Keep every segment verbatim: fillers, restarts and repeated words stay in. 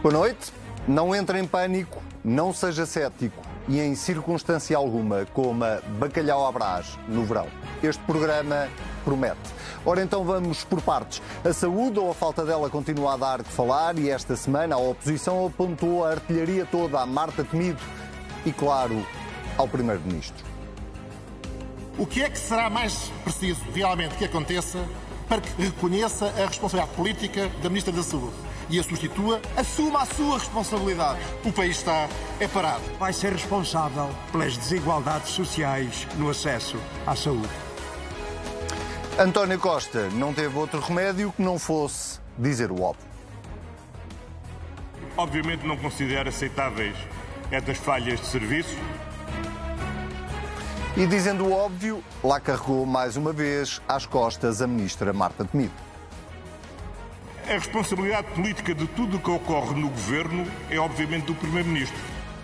Boa noite. Não entre em pânico, não seja cético e em circunstância alguma coma bacalhau à Brás no verão. Este programa promete. Ora, então vamos por partes. A saúde ou a falta dela continua a dar que falar e esta semana a oposição apontou a artilharia toda a Marta Temido e, claro, ao Primeiro-Ministro. O que é que será mais preciso realmente que aconteça para que reconheça a responsabilidade política da Ministra da Saúde e a substitua, assuma a sua responsabilidade? O país está é parado. Vai ser responsável pelas desigualdades sociais no acesso à saúde. António Costa não teve outro remédio que não fosse dizer o óbvio. Obviamente não considero aceitáveis estas falhas de serviço. E dizendo o óbvio, lá carregou mais uma vez às costas a ministra Marta Temido. A responsabilidade política de tudo o que ocorre no governo é obviamente do Primeiro-Ministro.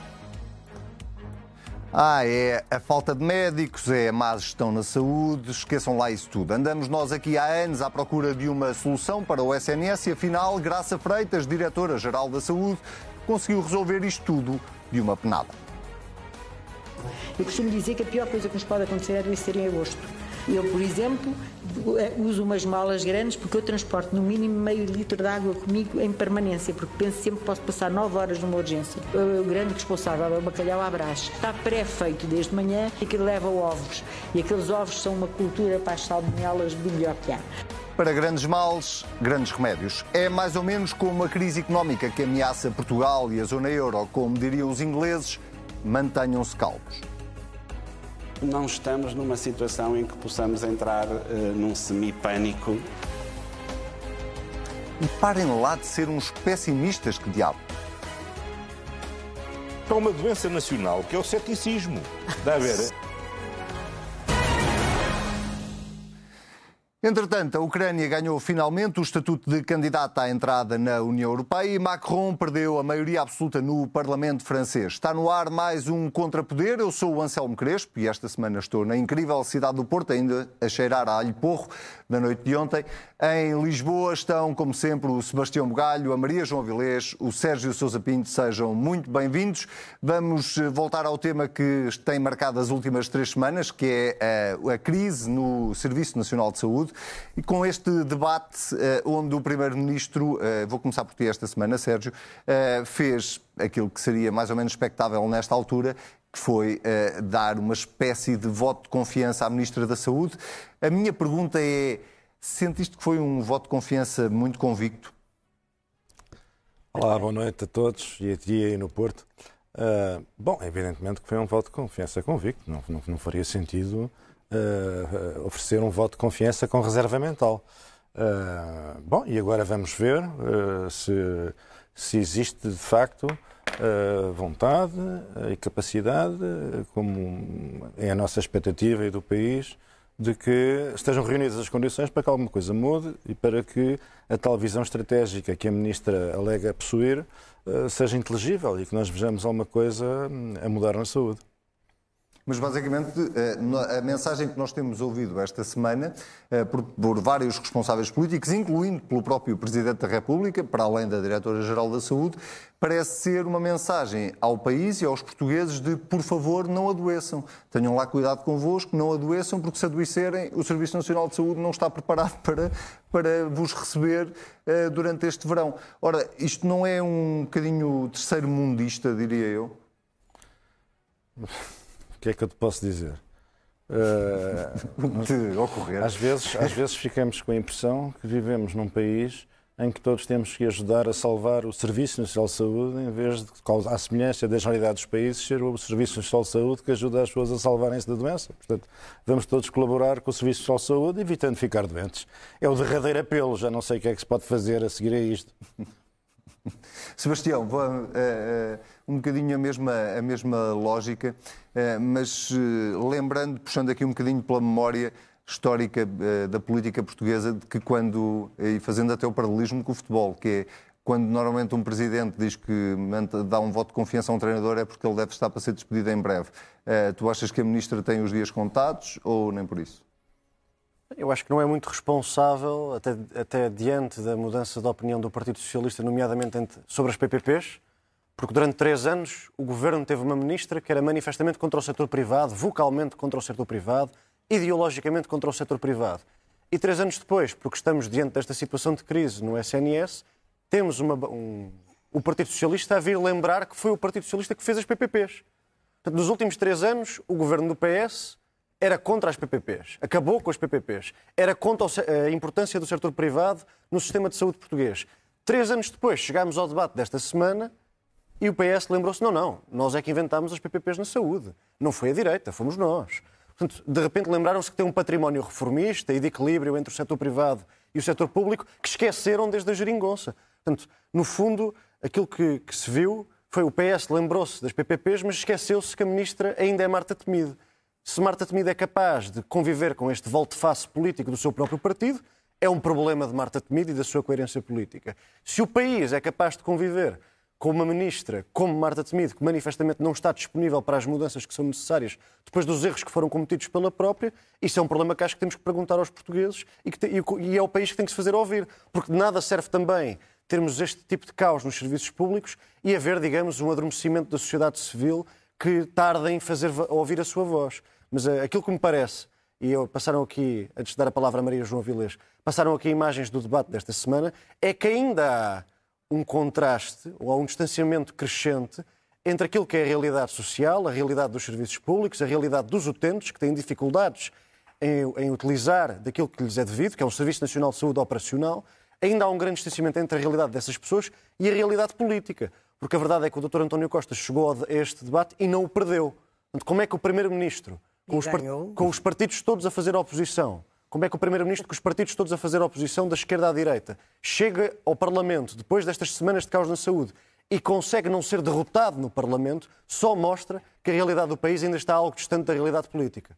Ah, é a falta de médicos, é a má gestão na saúde, esqueçam lá isso tudo. Andamos nós aqui há anos à procura de uma solução para o S N S e afinal, Graça Freitas, diretora-geral da Saúde, conseguiu resolver isto tudo de uma penada. Eu costumo dizer que a pior coisa que nos pode acontecer é adoecer em agosto. Eu, por exemplo, uso umas malas grandes porque eu transporto no mínimo meio litro de água comigo em permanência, porque penso sempre que posso passar nove horas numa urgência. O grande responsável é o bacalhau à Brás. Está pré-feito desde manhã e que leva ovos. E aqueles ovos são uma cultura para as salmonelas do melhor que há. Para grandes males, grandes remédios. É mais ou menos como a crise económica que ameaça Portugal e a zona euro, como diriam os ingleses, mantenham-se calmos. Não estamos numa situação em que possamos entrar uh, num semi-pânico. E parem lá de ser uns pessimistas, que diabo. Há uma doença nacional que é o ceticismo. Está a ver? Entretanto, a Ucrânia ganhou finalmente o estatuto de candidata à entrada na União Europeia e Macron perdeu a maioria absoluta no Parlamento francês. Está no ar mais um contrapoder. Eu sou o Anselmo Crespo e esta semana estou na incrível cidade do Porto, ainda a cheirar a alho porro da noite de ontem. Em Lisboa estão, como sempre, o Sebastião Bugalho, a Maria João Avilés, o Sérgio Sousa Pinto. Sejam muito bem-vindos. Vamos voltar ao tema que tem marcado as últimas três semanas, que é a, a crise no Serviço Nacional de Saúde. E com este debate, onde o Primeiro-Ministro, vou começar por ti esta semana, Sérgio, fez aquilo que seria mais ou menos expectável nesta altura, que foi dar uma espécie de voto de confiança à Ministra da Saúde. A minha pergunta é, sentiste que foi um voto de confiança muito convicto? Olá, boa noite a todos e a ti aí no Porto. Uh, bom, evidentemente que foi um voto de confiança convicto, não, não, não faria sentido Uh, uh, oferecer um voto de confiança com reserva mental. Uh, bom, e agora vamos ver uh, se, se existe de facto uh, vontade e capacidade, como é a nossa expectativa e do país, de que estejam reunidas as condições para que alguma coisa mude e para que a tal visão estratégica que a Ministra alega possuir uh, seja inteligível e que nós vejamos alguma coisa a mudar na saúde. Mas, basicamente, a mensagem que nós temos ouvido esta semana por, por vários responsáveis políticos, incluindo pelo próprio Presidente da República, para além da Diretora-Geral da Saúde, parece ser uma mensagem ao país e aos portugueses de, por favor, não adoeçam. Tenham lá cuidado convosco, não adoeçam, porque se adoecerem, o Serviço Nacional de Saúde não está preparado para, para vos receber uh, durante este verão. Ora, isto não é um bocadinho terceiro mundista, diria eu? O que é que eu te posso dizer? Uh, te ocorrer. Às vezes, às vezes ficamos com a impressão que vivemos num país em que todos temos que ajudar a salvar o Serviço Nacional de Saúde, em vez de, à semelhança da generalidade dos países, ser o Serviço Nacional de Saúde que ajuda as pessoas a salvarem-se da doença. Portanto, vamos todos colaborar com o Serviço Nacional de Saúde, evitando ficar doentes. É o derradeiro apelo, já não sei o que é que se pode fazer a seguir a isto. Sebastião, uh, uh, um bocadinho a mesma, a mesma lógica, uh, mas uh, lembrando, puxando aqui um bocadinho pela memória histórica uh, da política portuguesa, de que quando, e fazendo até o paralelismo com o futebol, que é quando normalmente um presidente diz que dá um voto de confiança a um treinador é porque ele deve estar para ser despedido em breve. Uh, tu achas que a ministra tem os dias contados ou nem por isso? Eu acho que não é muito responsável, até, até diante da mudança de opinião do Partido Socialista, nomeadamente sobre as P P Ps, porque durante três anos o Governo teve uma ministra que era manifestamente contra o setor privado, vocalmente contra o setor privado, ideologicamente contra o setor privado. E três anos depois, porque estamos diante desta situação de crise no S N S, temos uma, um, o Partido Socialista a vir lembrar que foi o Partido Socialista que fez as P P Ps. Portanto, nos últimos três anos, o Governo do P S era contra as P P Ps, acabou com as P P Ps, era contra a importância do setor privado no sistema de saúde português. Três anos depois, chegámos ao debate desta semana e o P S lembrou-se, não, não, nós é que inventámos as P P Ps na saúde. Não foi a direita, fomos nós. Portanto, de repente lembraram-se que tem um património reformista e de equilíbrio entre o setor privado e o setor público que esqueceram desde a geringonça. Portanto, no fundo, aquilo que, que se viu foi o P S lembrou-se das P P Ps, mas esqueceu-se que a ministra ainda é Marta Temido. Se Marta Temido é capaz de conviver com este volte-face político do seu próprio partido, é um problema de Marta Temido e da sua coerência política. Se o país é capaz de conviver com uma ministra como Marta Temido, que manifestamente não está disponível para as mudanças que são necessárias depois dos erros que foram cometidos pela própria, isso é um problema que acho que temos que perguntar aos portugueses e, que te, e é o país que tem que se fazer ouvir. Porque de nada serve também termos este tipo de caos nos serviços públicos e haver, digamos, um adormecimento da sociedade civil que tarda em fazer ouvir a sua voz. Mas uh, aquilo que me parece, e eu, passaram aqui, antes de dar a palavra a Maria João Vilés, passaram aqui imagens do debate desta semana, é que ainda há um contraste ou há um distanciamento crescente entre aquilo que é a realidade social, a realidade dos serviços públicos, a realidade dos utentes, que têm dificuldades em, em utilizar daquilo que lhes é devido, que é um Serviço Nacional de Saúde operacional. Ainda há um grande distanciamento entre a realidade dessas pessoas e a realidade política. Porque a verdade é que o doutor António Costa chegou a este debate e não o perdeu. Portanto, como é que o Primeiro-Ministro, com os, part... com os partidos todos a fazer oposição, como é que o Primeiro-Ministro, com os partidos todos a fazer oposição da esquerda à direita, chega ao Parlamento, depois destas semanas de caos na saúde, e consegue não ser derrotado no Parlamento, só mostra que a realidade do país ainda está algo distante da realidade política.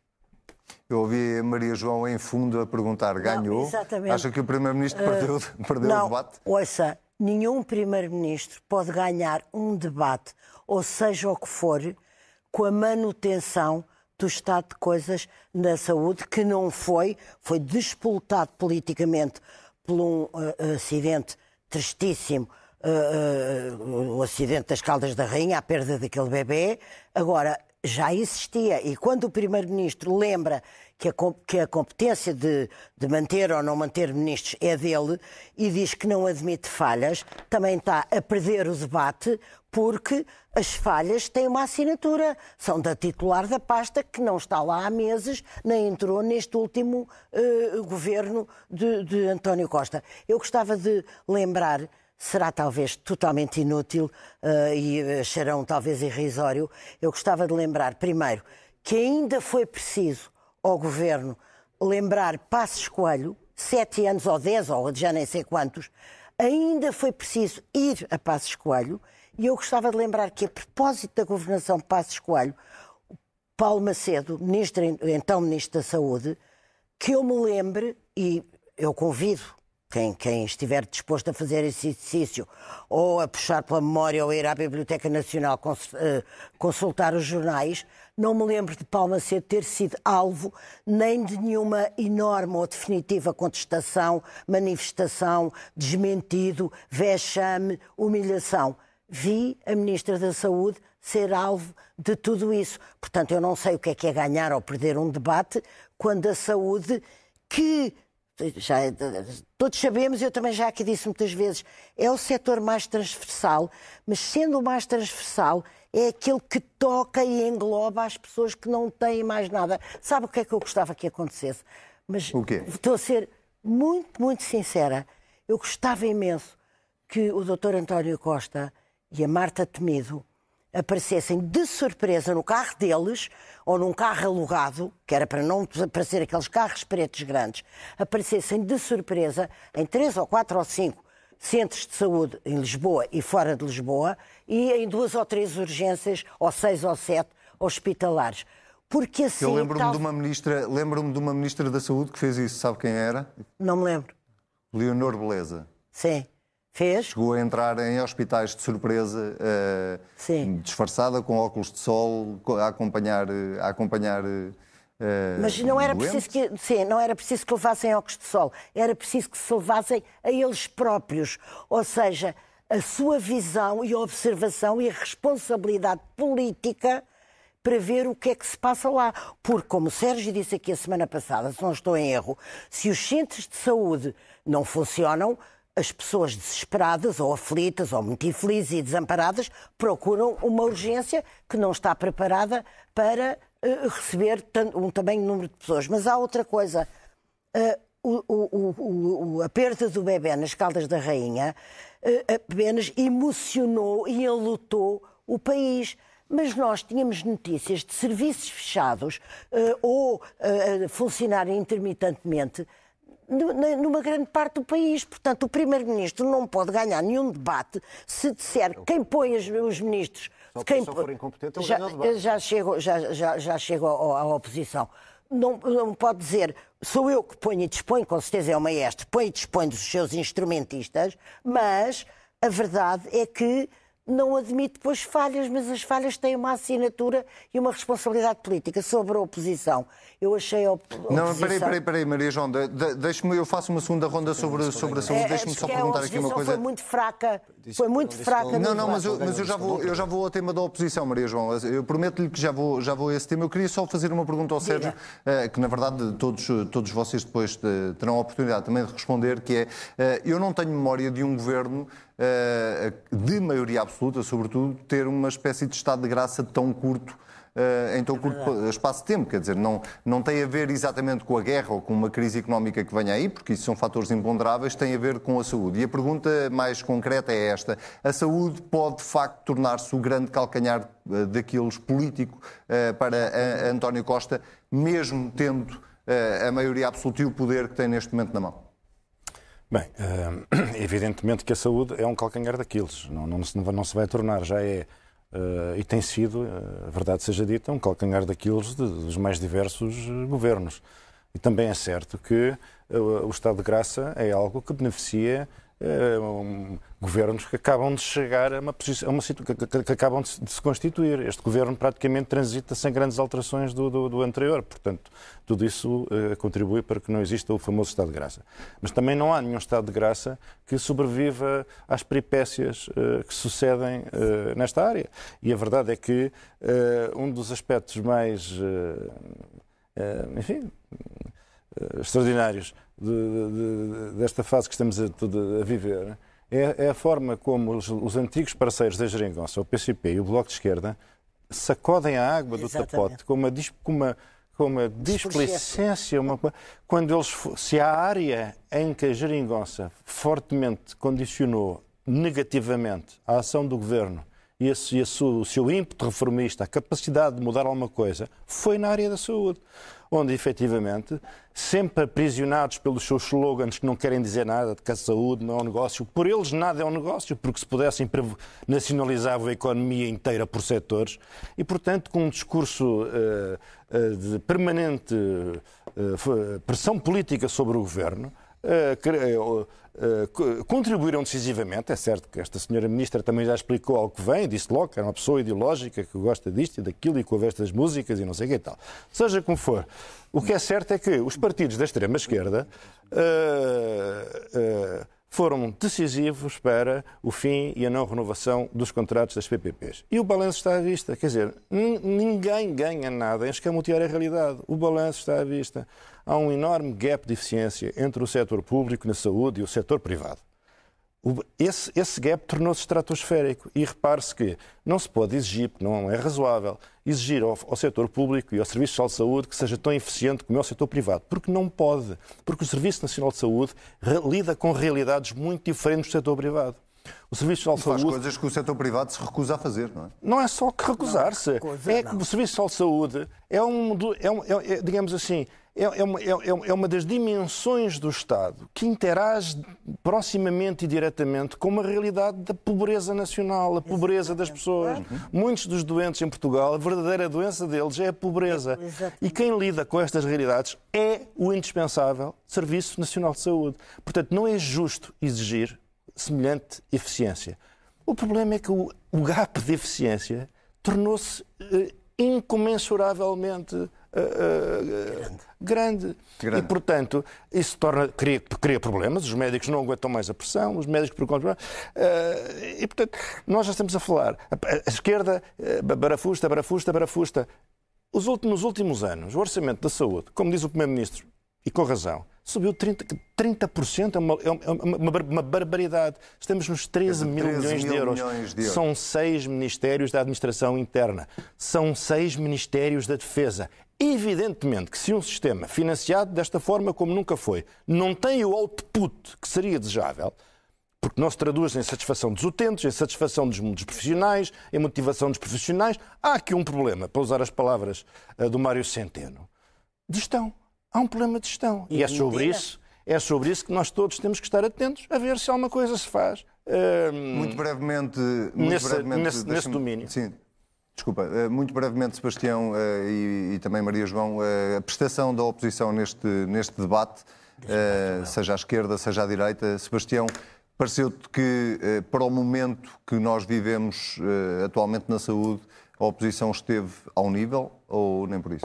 Eu ouvi a Maria João em fundo a perguntar, ganhou? Não, acha que o Primeiro-Ministro uh, perdeu, perdeu não, o debate? Ouça, nenhum Primeiro-Ministro pode ganhar um debate, ou seja o que for, com a manutenção do estado de coisas na saúde, que não foi, foi despoletado politicamente por um uh, acidente tristíssimo, uh, uh, o acidente das Caldas da Rainha, a perda daquele bebê. Agora, já existia, e quando o Primeiro-Ministro lembra que a, que a competência de, de manter ou não manter ministros é dele e diz que não admite falhas, também está a perder o debate, porque as falhas têm uma assinatura, são da titular da pasta, que não está lá há meses, nem entrou neste último uh, governo de, de António Costa. Eu gostava de lembrar, será talvez totalmente inútil uh, e acharão talvez irrisório, eu gostava de lembrar, primeiro, que ainda foi preciso ao Governo lembrar Passos Coelho, sete anos ou dez, ou já nem sei quantos, ainda foi preciso ir a Passos Coelho, e eu gostava de lembrar que, a propósito da governação de Passos Coelho, Paulo Macedo, ministro, então Ministro da Saúde, que eu me lembre, e eu convido Quem, quem estiver disposto a fazer esse exercício ou a puxar pela memória ou ir à Biblioteca Nacional consultar os jornais, não me lembro de Paulo Macedo ter sido alvo nem de nenhuma enorme ou definitiva contestação, manifestação, desmentido, vexame, humilhação. Vi a Ministra da Saúde ser alvo de tudo isso. Portanto, eu não sei o que é que é ganhar ou perder um debate quando a saúde, que já, todos sabemos, eu também já aqui disse muitas vezes, é o setor mais transversal, mas sendo o mais transversal, é aquele que toca e engloba as pessoas que não têm mais nada. Sabe o que é que eu gostava que acontecesse? Mas o quê? Estou a ser muito, muito sincera. Eu gostava imenso que o doutor António Costa e a Marta Temido aparecessem de surpresa no carro deles, ou num carro alugado, que era para não aparecer aqueles carros pretos grandes, aparecessem de surpresa em três ou quatro ou cinco centros de saúde em Lisboa e fora de Lisboa, e em duas ou três urgências, ou seis ou sete hospitalares. Porque assim... Eu lembro-me tal... de uma ministra, lembro-me de uma ministra da Saúde que fez isso. Sabe quem era? Não me lembro. Leonor Beleza. Sim. Fez? Chegou a entrar em hospitais de surpresa, uh, disfarçada, com óculos de sol, a acompanhar, a acompanhar uh, Uh, Mas não era, doentes. preciso que, sim, não era preciso que levassem óculos de sol, era preciso que se levassem a eles próprios. Ou seja, a sua visão e observação e a responsabilidade política para ver o que é que se passa lá. Porque, como o Sérgio disse aqui a semana passada, se não estou em erro, se os centros de saúde não funcionam, as pessoas desesperadas ou aflitas ou muito infelizes e desamparadas procuram uma urgência que não está preparada para uh, receber um tamanho número de pessoas. Mas há outra coisa. Uh, o, o, o, a perda do bebé nas Caldas da Rainha uh, apenas emocionou e enlutou o país. Mas nós tínhamos notícias de serviços fechados uh, ou uh, funcionarem intermitentemente numa grande parte do país. Portanto, o Primeiro-Ministro não pode ganhar nenhum debate se disser quem põe os ministros... Se a quem oposição for incompetente, ele já, ganha o debate. já chego, já, já, já chego à oposição. Não, não pode dizer, sou eu que ponho e disponho, com certeza é o maestro, põe e dispõe dos seus instrumentistas, mas a verdade é que não admite depois falhas, mas as falhas têm uma assinatura e uma responsabilidade política sobre a oposição. Eu achei a oposição... Não, peraí, peraí, peraí, Maria João, de, de, deixe-me, eu faço uma segunda ronda sobre, sobre a saúde, é, deixe-me só perguntar aqui uma coisa. Foi muito fraca, foi muito fraca. Não, não, mas eu, mas eu já vou, eu já vou ao tema da oposição, Maria João. Eu prometo-lhe que já vou, já vou a esse tema. Eu queria só fazer uma pergunta ao Sérgio, que na verdade todos, todos vocês depois terão a oportunidade também de responder, que é, eu não tenho memória de um governo de maioria absoluta, sobretudo, ter uma espécie de estado de graça tão curto, em tão curto espaço de tempo. Quer dizer, não, não tem a ver exatamente com a guerra ou com uma crise económica que venha aí, porque isso são fatores imponderáveis, tem a ver com a saúde. E a pergunta mais concreta é esta: a saúde pode, de facto, tornar-se o grande calcanhar daqueles político para António Costa, mesmo tendo a maioria absoluta e o poder que tem neste momento na mão? Bem, evidentemente que a saúde é um calcanhar daqueles, não, não, se, não se vai tornar, já é, uh, e tem sido, uh, a verdade seja dita, um calcanhar daqueles de, dos mais diversos uh, governos. E também é certo que uh, o estado de graça é algo que beneficia uh, um, governos que acabam de chegar a uma posição, a uma situação, que, que, que acabam de, de se constituir. Este governo praticamente transita sem grandes alterações do, do, do anterior, portanto, tudo isso uh, contribui para que não exista o famoso estado de graça. Mas também não há nenhum estado de graça que sobreviva às peripécias uh, que sucedem uh, nesta área. E a verdade é que uh, um dos aspectos mais, uh, uh, enfim, uh, extraordinários de, de, de, desta fase que estamos a, de, a viver é, é a forma como os, os antigos parceiros da Geringonça, o P C P e o Bloco de Esquerda, sacodem a água do Exatamente. tapote com uma, com uma com uma displicência, uma, quando eles, se há área em que a Geringonça fortemente condicionou negativamente a ação do governo e, esse, e esse, o seu ímpeto reformista, a capacidade de mudar alguma coisa, foi na área da saúde, onde efetivamente, sempre aprisionados pelos seus slogans que não querem dizer nada, de que a saúde não é um negócio, por eles nada é um negócio, porque se pudessem nacionalizavam a economia inteira por setores, e portanto com um discurso uh, uh, de permanente uh, pressão política sobre o governo, uh, uh, Uh, contribuíram decisivamente. É certo que esta senhora ministra também já explicou ao que vem, disse logo que era uma pessoa ideológica que gosta disto e daquilo e que ouve estas músicas e não sei o que e tal. Seja como for, o que é certo é que os partidos da extrema-esquerda uh, uh, foram decisivos para o fim e a não renovação dos contratos das P P Ps. E o balanço está à vista. Quer dizer, ninguém ganha nada em escamotear a realidade. O balanço está à vista. Há um enorme gap de eficiência entre o setor público na saúde e o setor privado. Esse, esse gap tornou-se estratosférico. E repare-se que não se pode exigir, porque não é razoável, exigir ao, ao setor público e ao Serviço Nacional de Saúde que seja tão eficiente como é o setor privado. Porque não pode. Porque o Serviço Nacional de Saúde lida com realidades muito diferentes do setor privado. O Serviço Nacional de Saúde... Faz Saúde... coisas que o setor privado se recusa a fazer, não é? Não é só que recusar-se. Não, é que o Serviço Nacional de Saúde é, um, é, um, é, é digamos assim, é, é, uma, é, é uma das dimensões do Estado que interage proximamente e diretamente com uma realidade da pobreza nacional, a pobreza das pessoas. Uhum. Muitos dos doentes em Portugal, a verdadeira doença deles é a pobreza. Exatamente. E quem lida com estas realidades é o indispensável Serviço Nacional de Saúde. Portanto, não é justo exigir semelhante eficiência. O problema é que o, o gap de eficiência tornou-se eh, incomensuravelmente uh, uh, grande. grande. E, portanto, isso torna, cria, cria problemas. Os médicos não aguentam mais a pressão, os médicos por conta. Uh, e, portanto, nós já estamos a falar. A, a esquerda, uh, barafusta, barafusta, barafusta. Os últimos, nos últimos anos, o orçamento da saúde, como diz o Primeiro-Ministro, e com razão, subiu trinta, trinta por cento, é uma, é uma, uma, uma barbaridade. Estamos nos treze mil milhões de euros. milhões de euros. São seis ministérios da administração interna. São seis ministérios da defesa. Evidentemente que se um sistema financiado desta forma como nunca foi, não tem o output que seria desejável, porque não se traduz em satisfação dos utentes, em satisfação dos, dos profissionais, em motivação dos profissionais, há aqui um problema, para usar as palavras uh, do Mário Centeno, de gestão. Há um problema de gestão. E, e é sobre isso, é sobre isso que nós todos temos que estar atentos a ver se alguma coisa se faz. Uh, muito brevemente, muito nesse, brevemente nesse, nesse domínio. Sim. Desculpa, muito brevemente, Sebastião uh, e, e também Maria João, uh, a prestação da oposição neste, neste debate, uh, seja à esquerda, seja à direita. Sebastião, pareceu-te que, uh, para o momento que nós vivemos uh, atualmente na saúde, a oposição esteve ao nível ou nem por isso?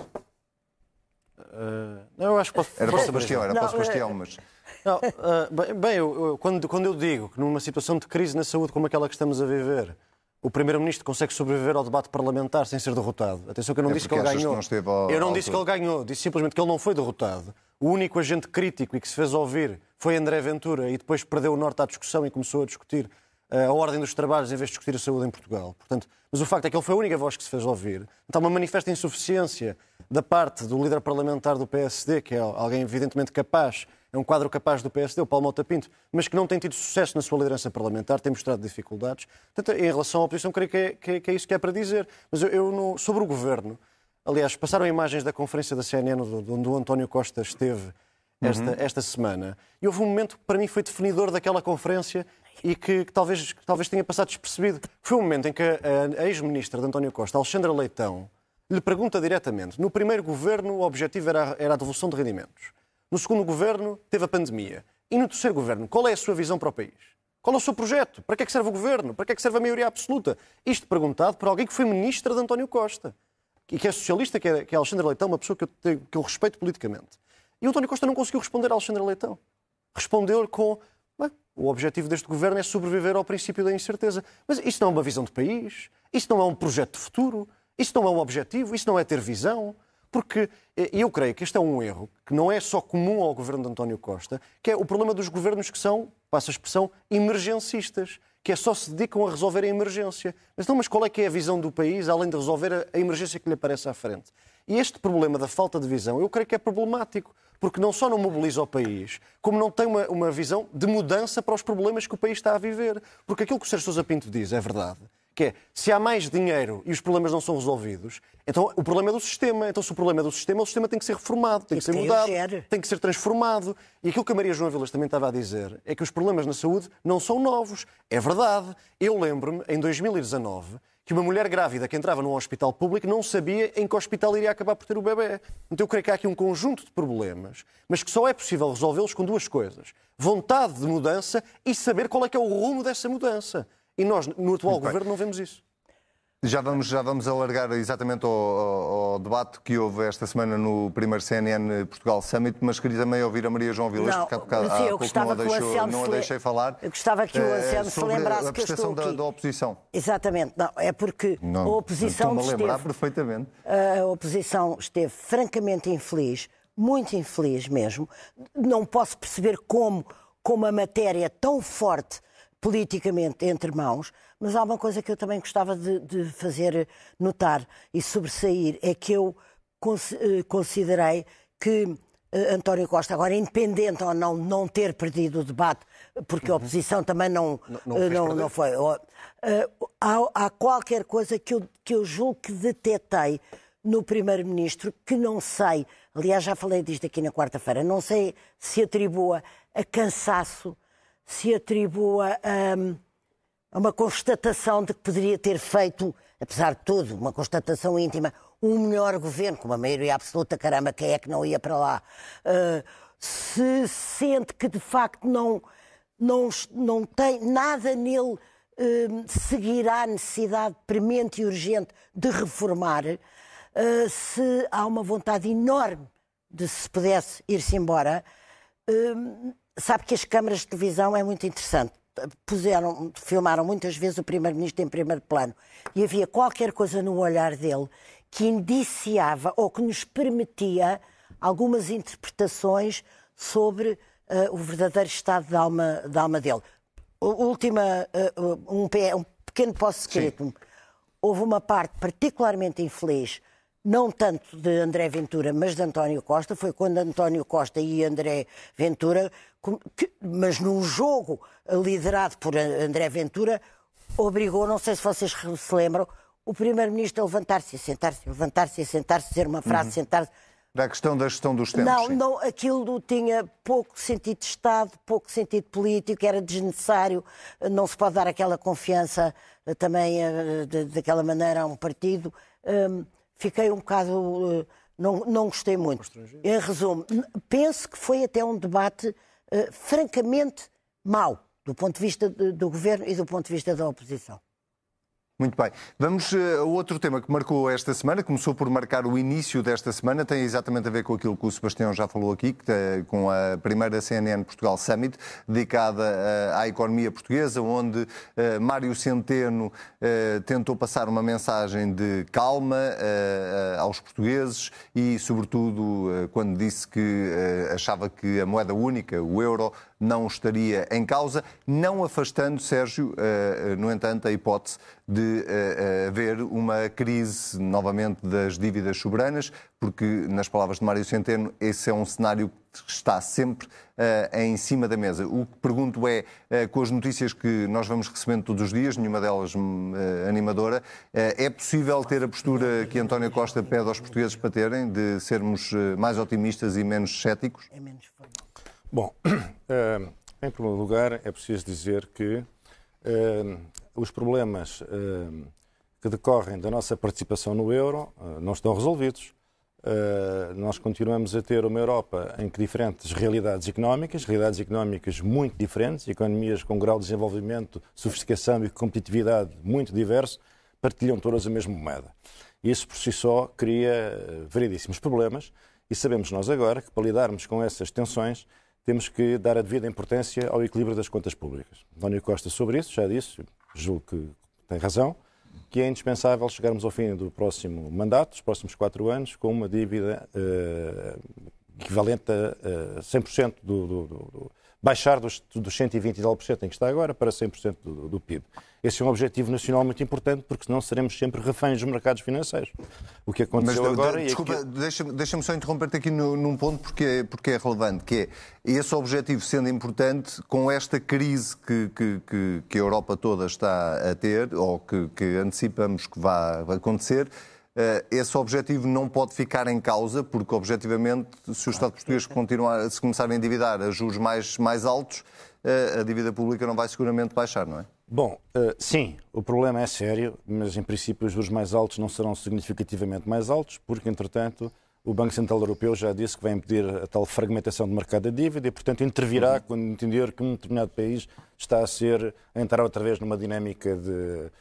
Uh, não, eu acho que pode... Era para o Sebastião, era não, para o Sebastião, mas... Não, uh, bem, eu, eu, quando, quando eu digo que numa situação de crise na saúde como aquela que estamos a viver, o Primeiro-Ministro consegue sobreviver ao debate parlamentar sem ser derrotado. Atenção que eu não é disse que ele ganhou. Que não eu não disse que ele ganhou, disse simplesmente que ele não foi derrotado. O único agente crítico e que se fez ouvir foi André Ventura e depois perdeu o norte à discussão e começou a discutir a ordem dos trabalhos em vez de discutir a saúde em Portugal. Portanto, mas o facto é que ele foi a única voz que se fez ouvir. Então, uma manifesta insuficiência da parte do líder parlamentar do P S D, que é alguém evidentemente capaz, é um quadro capaz do P S D, o Paulo Mota Pinto, mas que não tem tido sucesso na sua liderança parlamentar, tem mostrado dificuldades. Portanto, em relação à oposição, creio que é, que é, que é isso que é para dizer. Mas eu, eu no, sobre o governo, aliás, passaram imagens da conferência da C N N, onde o António Costa esteve esta, uhum. esta semana, e houve um momento que para mim foi definidor daquela conferência e que, que, talvez, que talvez tenha passado despercebido. Foi um momento em que a, a ex-ministra de António Costa, Alexandra Leitão, lhe pergunta diretamente. No primeiro governo, o objetivo era, era a devolução de rendimentos. No segundo governo, teve a pandemia. E no terceiro governo, qual é a sua visão para o país? Qual é o seu projeto? Para que é que serve o governo? Para que é que serve a maioria absoluta? Isto perguntado por alguém que foi ministra de António Costa. E que é socialista, que é, que é Alexandra Leitão, uma pessoa que eu, tenho, que eu respeito politicamente. E o António Costa não conseguiu responder a Alexandra Leitão. Respondeu-lhe com... Bem, o objetivo deste governo é sobreviver ao princípio da incerteza. Mas isso não é uma visão de país, isso não é um projeto de futuro, isso não é um objetivo, isso não é ter visão. Porque eu creio que este é um erro que não é só comum ao governo de António Costa, que é o problema dos governos que são, passa a expressão, emergencistas, que é só se dedicam a resolver a emergência. Mas, não, mas qual é que é a visão do país, além de resolver a emergência que lhe aparece à frente? E este problema da falta de visão, eu creio que é problemático, porque não só não mobiliza o país, como não tem uma, uma visão de mudança para os problemas que o país está a viver. Porque aquilo que o Sérgio Sousa Pinto diz é verdade, que é, se há mais dinheiro e os problemas não são resolvidos, então o problema é do sistema. Então, se o problema é do sistema, o sistema tem que ser reformado, tem que ser mudado, tem que ser transformado. E aquilo que a Maria João Vilas também estava a dizer é que os problemas na saúde não são novos. É verdade. Eu lembro-me, em dois mil e dezanove, que uma mulher grávida que entrava num hospital público não sabia em que hospital iria acabar por ter o bebê. Então eu creio que há aqui um conjunto de problemas, mas que só é possível resolvê-los com duas coisas. Vontade de mudança e saber qual é que é o rumo dessa mudança. E nós, no atual governo, não vemos isso. Já vamos, já vamos alargar exatamente ao, ao, ao debate que houve esta semana no primeiro C N N Portugal Summit, mas queria também ouvir a Maria João Vilas, não, porque há bocado, sim, há pouco não a, deixou, não a deixei falar. Eu gostava que o Anselmo se lembrasse a que eu estou aqui. Da, da oposição. Exatamente. Não, é porque não, a oposição estou-me a lembrar esteve, perfeitamente. A oposição esteve francamente infeliz, muito infeliz mesmo. Não posso perceber como, como a matéria tão forte politicamente entre mãos, mas há uma coisa que eu também gostava de, de fazer notar e sobressair, é que eu considerei que António Costa, agora independente ou não não ter perdido o debate, porque a oposição também não, não, não, não, não foi, há, há qualquer coisa que eu, que eu julgo que detetei no Primeiro-Ministro, que não sei, aliás já falei disto aqui na quarta-feira, não sei se atribua a cansaço, se atribua a uma constatação de que poderia ter feito, apesar de tudo, uma constatação íntima, um melhor governo, com uma maioria absoluta, caramba, quem é que não ia para lá? Uh, se sente que, de facto, não, não, não tem nada nele, uh, seguirá a necessidade premente e urgente de reformar, uh, se há uma vontade enorme de se pudesse ir-se embora. Uh, sabe que as câmaras de televisão é muito interessante. Puseram, filmaram muitas vezes o Primeiro-Ministro em primeiro plano e havia qualquer coisa no olhar dele que indiciava ou que nos permitia algumas interpretações sobre uh, o verdadeiro estado da alma, da alma dele. Última, uh, um, um pequeno pós-scriptum. Houve uma parte particularmente infeliz, não tanto de André Ventura, mas de António Costa. Foi quando António Costa e André Ventura, que, mas num jogo liderado por André Ventura, obrigou, não sei se vocês se lembram, o Primeiro-Ministro a levantar-se e sentar-se, levantar-se e sentar-se, dizer uma frase, uhum. sentar-se. Da questão da gestão dos tempos. Não, sim. não, aquilo tinha pouco sentido de Estado, pouco sentido político, era desnecessário, não se pode dar aquela confiança também daquela maneira a um partido. Um, fiquei um bocado... Não, não gostei muito. Em resumo, penso que foi até um debate uh, francamente mau, do ponto de vista do, do Governo e do ponto de vista da oposição. Muito bem. Vamos a uh, outro tema que marcou esta semana, começou por marcar o início desta semana, tem exatamente a ver com aquilo que o Sebastião já falou aqui, que, uh, com a primeira C N N Portugal Summit, dedicada uh, à economia portuguesa, onde uh, Mário Centeno uh, tentou passar uma mensagem de calma uh, uh, aos portugueses e, sobretudo, uh, quando disse que uh, achava que a moeda única, o euro, não estaria em causa, não afastando, Sérgio, uh, no entanto, a hipótese de uh, haver uma crise, novamente, das dívidas soberanas, porque, nas palavras de Mário Centeno, esse é um cenário que está sempre uh, em cima da mesa. O que pergunto é, uh, com as notícias que nós vamos recebendo todos os dias, nenhuma delas uh, animadora, uh, é possível ter a postura que António Costa pede aos portugueses para terem, de sermos uh, mais otimistas e menos céticos? É menos formal. Bom, uh, em primeiro lugar, é preciso dizer que uh, os problemas uh, que decorrem da nossa participação no euro uh, não estão resolvidos. Uh, nós continuamos a ter uma Europa em que diferentes realidades económicas, realidades económicas muito diferentes, economias com grau de desenvolvimento, sofisticação e competitividade muito diverso, partilham todas a mesma moeda. Isso, por si só, cria uh, variedíssimos problemas e sabemos nós agora que, para lidarmos com essas tensões, temos que dar a devida importância ao equilíbrio das contas públicas. António Costa, sobre isso, já disse, julgo que tem razão, que é indispensável chegarmos ao fim do próximo mandato, dos próximos quatro anos, com uma dívida uh, equivalente a uh, cem por cento do, do, do, do baixar dos, dos cento e vinte e tal por cento em que está agora para cem por cento do, do P I B. Esse é um objetivo nacional muito importante, porque senão seremos sempre reféns dos mercados financeiros. O que aconteceu Mas, agora... Desculpa, é que... deixa-me deixa só interromper-te aqui no, num ponto porque, porque é relevante, que é esse objetivo sendo importante, com esta crise que, que, que, que a Europa toda está a ter, ou que, que antecipamos que vai acontecer, esse objetivo não pode ficar em causa, porque, objetivamente, se o Estado português continuar, se começar a endividar a juros mais, mais altos, a dívida pública não vai seguramente baixar, não é? Bom, sim, o problema é sério, mas, em princípio, os juros mais altos não serão significativamente mais altos, porque, entretanto, o Banco Central Europeu já disse que vai impedir a tal fragmentação do mercado da dívida e, portanto, intervirá quando entender que um determinado país está a ser a entrar outra vez numa dinâmica de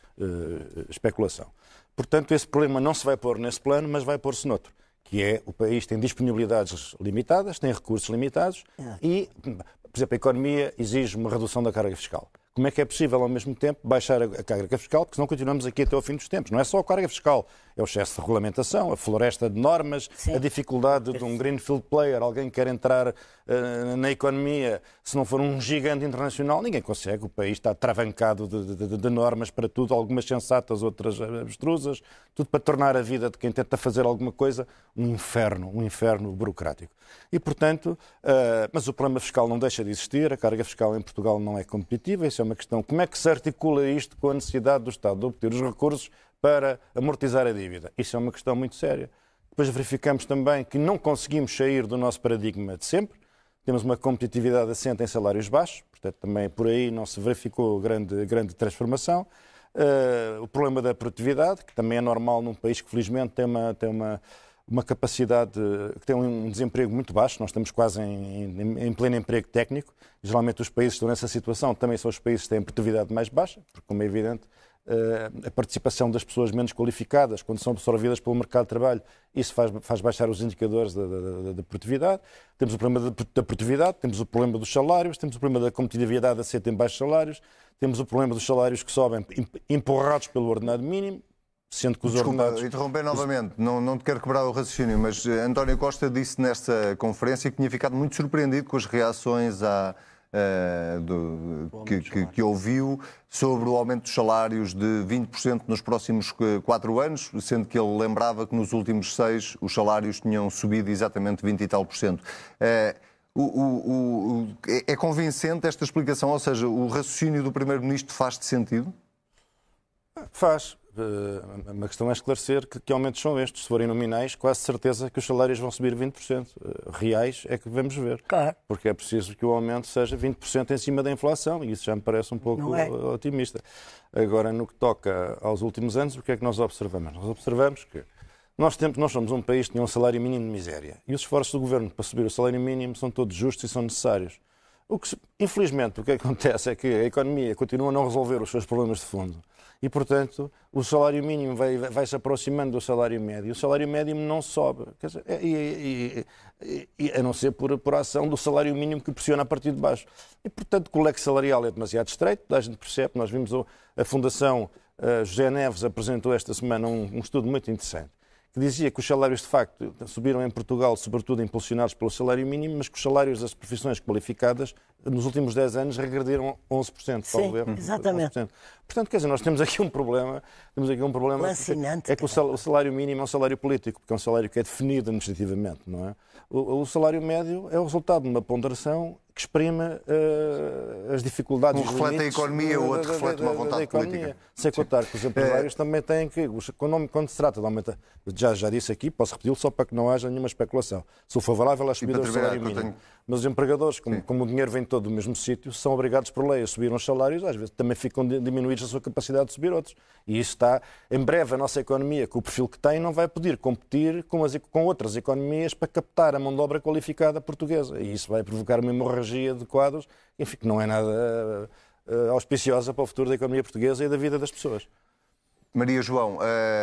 uh, especulação. Portanto, esse problema não se vai pôr nesse plano, mas vai pôr-se noutro, que é o país tem disponibilidades limitadas, tem recursos limitados e, por exemplo, a economia exige uma redução da carga fiscal. Como é que é possível, ao mesmo tempo, baixar a carga fiscal? Porque senão continuamos aqui até ao fim dos tempos. Não é só a carga fiscal, é o excesso de regulamentação, a floresta de normas, Sim. a dificuldade de um greenfield player, alguém que quer entrar uh, na economia, se não for um gigante internacional, ninguém consegue. O país está travancado de, de, de normas para tudo, algumas sensatas, outras abstrusas, tudo para tornar a vida de quem tenta fazer alguma coisa um inferno, um inferno burocrático. E, portanto, uh, mas o problema fiscal não deixa de existir, a carga fiscal em Portugal não é competitiva, isso é uma questão. Como é que se articula isto com a necessidade do Estado de obter os recursos para amortizar a dívida? Isso é uma questão muito séria. Depois verificamos também que não conseguimos sair do nosso paradigma de sempre. Temos uma competitividade assente em salários baixos, portanto também por aí não se verificou grande, grande transformação. Uh, o problema da produtividade, que também é normal num país que felizmente tem uma... Tem uma uma capacidade, que tem um desemprego muito baixo, nós estamos quase em, em, em pleno emprego técnico, geralmente os países que estão nessa situação também são os países que têm produtividade mais baixa, porque, como é evidente, a participação das pessoas menos qualificadas, quando são absorvidas pelo mercado de trabalho, isso faz, faz baixar os indicadores da, da, da produtividade. Temos o problema da, da produtividade, temos o problema dos salários, temos o problema da competitividade a ser em baixos salários, temos o problema dos salários que sobem empurrados pelo ordenado mínimo, sendo que os Desculpa, ordenados... interromper novamente, não, não te quero quebrar o raciocínio, mas António Costa disse nesta conferência que tinha ficado muito surpreendido com as reações à... Uh, do, que, que, que ouviu sobre o aumento dos salários de vinte por cento nos próximos quatro anos, sendo que ele lembrava que nos últimos seis os salários tinham subido exatamente vinte e tal por cento. Uh, o, o, o, é convincente esta explicação? Ou seja, o raciocínio do Primeiro-Ministro faz-te sentido? Faz. Uh, uma questão é esclarecer que, que aumentos são estes. Se forem nominais, quase certeza que os salários vão subir vinte por cento. Uh, reais é que vamos ver. Claro. Porque é preciso que o aumento seja vinte por cento em cima da inflação, e isso já me parece um pouco é. otimista. Agora, no que toca aos últimos anos, o que é que nós observamos? Nós observamos que nós, temos, nós somos um país que tem um salário mínimo de miséria, e os esforços do Governo para subir o salário mínimo são todos justos e são necessários. O que, infelizmente, o que acontece é que a economia continua a não resolver os seus problemas de fundo. E, portanto, o salário mínimo vai, vai se aproximando do salário médio. O salário médio não sobe. Quer dizer, e, e, e, a não ser por, por ação do salário mínimo que pressiona a partir de baixo. E, portanto, o leque salarial é demasiado estreito, a gente percebe. Nós vimos a Fundação uh, José Neves apresentou esta semana um, um estudo muito interessante, que dizia que os salários, de facto, subiram em Portugal, sobretudo impulsionados pelo salário mínimo, mas que os salários das profissões qualificadas, nos últimos dez anos, regrediram onze por cento. Sim, exatamente. onze por cento. Portanto, quer dizer, nós temos aqui um problema, temos aqui um problema Lancinante, é que o salário mínimo é um salário político, porque é um salário que é definido administrativamente, não é? O, o salário médio é o resultado de uma ponderação que exprime uh, as dificuldades... Um reflete a economia, o outro reflete uma vontade política. Sem contar que os empresários é... também têm que... Quando, quando se trata de aumentar... Já, já disse aqui, posso repeti-lo só para que não haja nenhuma especulação. Sou favorável à subida do salário mínimo. Tenho... Mas os empregadores, como, como o dinheiro vem todo do mesmo sítio, são obrigados por lei a subir uns salários, às vezes também ficam diminuídos a sua capacidade de subir outros. E isso está... Em breve, a nossa economia, com o perfil que tem, não vai poder competir com, as, com outras economias para captar a mão de obra qualificada portuguesa. E isso vai provocar uma hemorragia de quadros, enfim, que não é nada uh, auspiciosa para o futuro da economia portuguesa e da vida das pessoas. Maria João, uh,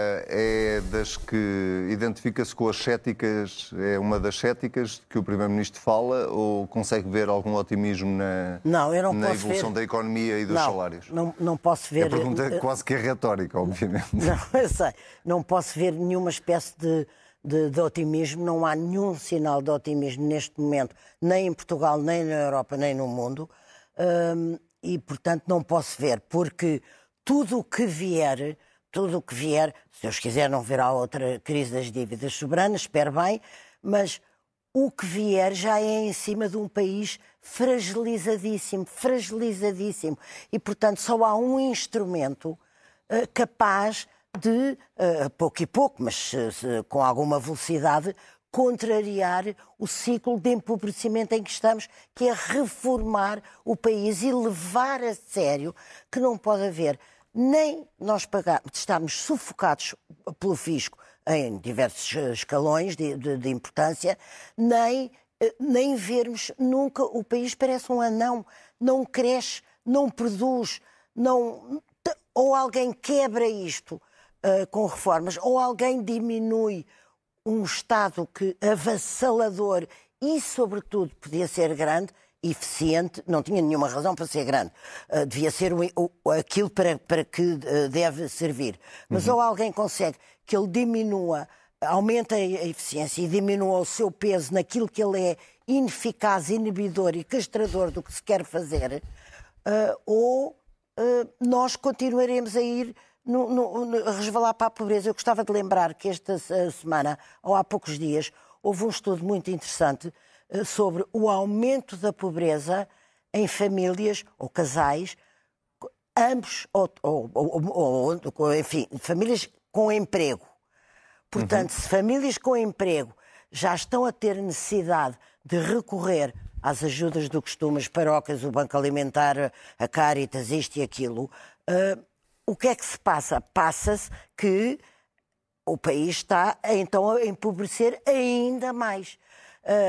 é das que identifica-se com as céticas, é uma das céticas que o Primeiro-Ministro fala, ou consegue ver algum otimismo na, não, eu não na posso evolução ver... da economia e dos não, salários? Não, não posso ver... A pergunta é quase que é retórica, obviamente. Não, eu sei. Não posso ver nenhuma espécie de, de, de otimismo, não há nenhum sinal de otimismo neste momento, nem em Portugal, nem na Europa, nem no mundo, hum, e, portanto, não posso ver, porque tudo o que vier... Tudo o que vier, se Deus quiser não verá outra crise das dívidas soberanas, espero bem, mas o que vier já é em cima de um país fragilizadíssimo, fragilizadíssimo. E, portanto, só há um instrumento uh, capaz de, uh, pouco e pouco, mas uh, com alguma velocidade, contrariar o ciclo de empobrecimento em que estamos, que é reformar o país e levar a sério que não pode haver... Nem nós pagamos, estamos sufocados pelo fisco em diversos escalões de, de, de importância, nem, nem vermos nunca, o país parece um anão, não cresce, não produz, não, ou alguém quebra isto uh, com reformas, ou alguém diminui um Estado que avassalador e, sobretudo, podia ser grande, eficiente, não tinha nenhuma razão para ser grande. Uh, devia ser o, o, aquilo para, para que uh, deve servir. Mas uhum. ou alguém consegue que ele diminua, aumente a eficiência e diminua o seu peso naquilo que ele é ineficaz, inibidor e castrador do que se quer fazer, uh, ou uh, nós continuaremos a ir no, no, no, a resvalar para a pobreza. Eu gostava de lembrar que esta semana, ou há poucos dias, houve um estudo muito interessante sobre o aumento da pobreza em famílias ou casais, ambos, ou, ou, ou, ou enfim, famílias com emprego. Portanto, uhum. se famílias com emprego já estão a ter necessidade de recorrer às ajudas do costume, as paróquias, o Banco Alimentar, a Caritas, isto e aquilo, uh, o que é que se passa? Passa-se que o país está, então, a empobrecer ainda mais. Uh,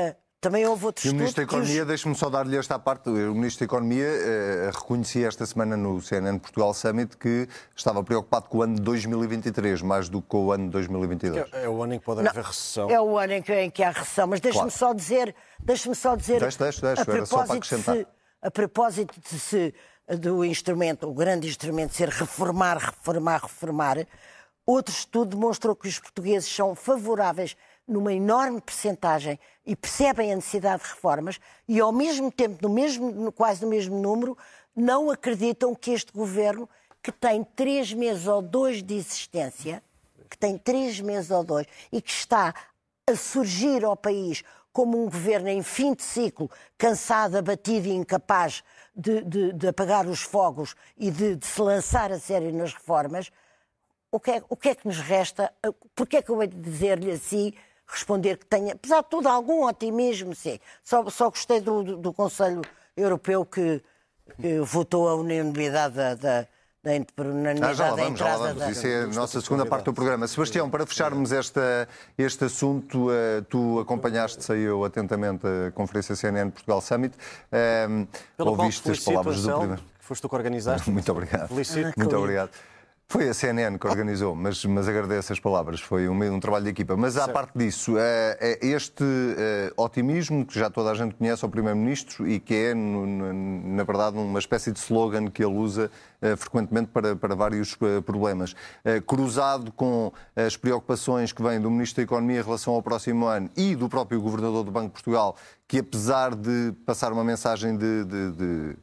Também houve outro E o estudo Ministro da que os- Economia, deixe-me só dar-lhe esta parte, o Ministro da Economia eh, reconhecia esta semana no C N N Portugal Summit que estava preocupado com o ano de dois mil e vinte e três, mais do que com o ano de dois mil e vinte e dois. É, é o ano em que pode Não, haver recessão. É o ano em que, em que há recessão, mas deixe-me Claro. só dizer, deixe-me só dizer, Deixe, deixe, deixe, a era só para propósito acrescentar. se, a propósito de se, do instrumento, o grande instrumento ser reformar, reformar, reformar, outro estudo demonstrou que os portugueses são favoráveis numa enorme percentagem e percebem a necessidade de reformas e, ao mesmo tempo, no mesmo, quase no mesmo número, não acreditam que este governo, que tem três meses ou dois de existência, que tem três meses ou dois e que está a surgir ao país como um governo em fim de ciclo, cansado, abatido e incapaz de, de, de apagar os fogos e de, de se lançar a sério nas reformas, o que, é, o que é que nos resta? Porquê é que eu vou dizer-lhe assim, responder que tenha, apesar de tudo, algum otimismo, sim. Só, só gostei do, do, do Conselho Europeu que, que votou a unanimidade da, da, da unanimidade Ah, já lá da vamos, já lá entrada vamos. da... Isso é a nossa segunda parte do programa. Sebastião, para fecharmos esta, este assunto, uh, tu acompanhaste, saiu atentamente a Conferência C N N Portugal Summit. Um, Pelo qual ouviste as felicito, palavras do Anselmo, primeiro. que foste tu que organizaste. Muito obrigado. Felicito. Muito obrigado. Foi a C N N que organizou, mas, mas agradeço as palavras, foi um, um trabalho de equipa. Mas à parte disso, é, é este é, otimismo que já toda a gente conhece ao Primeiro-Ministro e que é, no, no, na verdade, uma espécie de slogan que ele usa é, frequentemente para, para vários é, problemas, é, cruzado com as preocupações que vêm do Ministro da Economia em relação ao próximo ano e do próprio Governador do Banco de Portugal, que apesar de passar uma mensagem de... de, de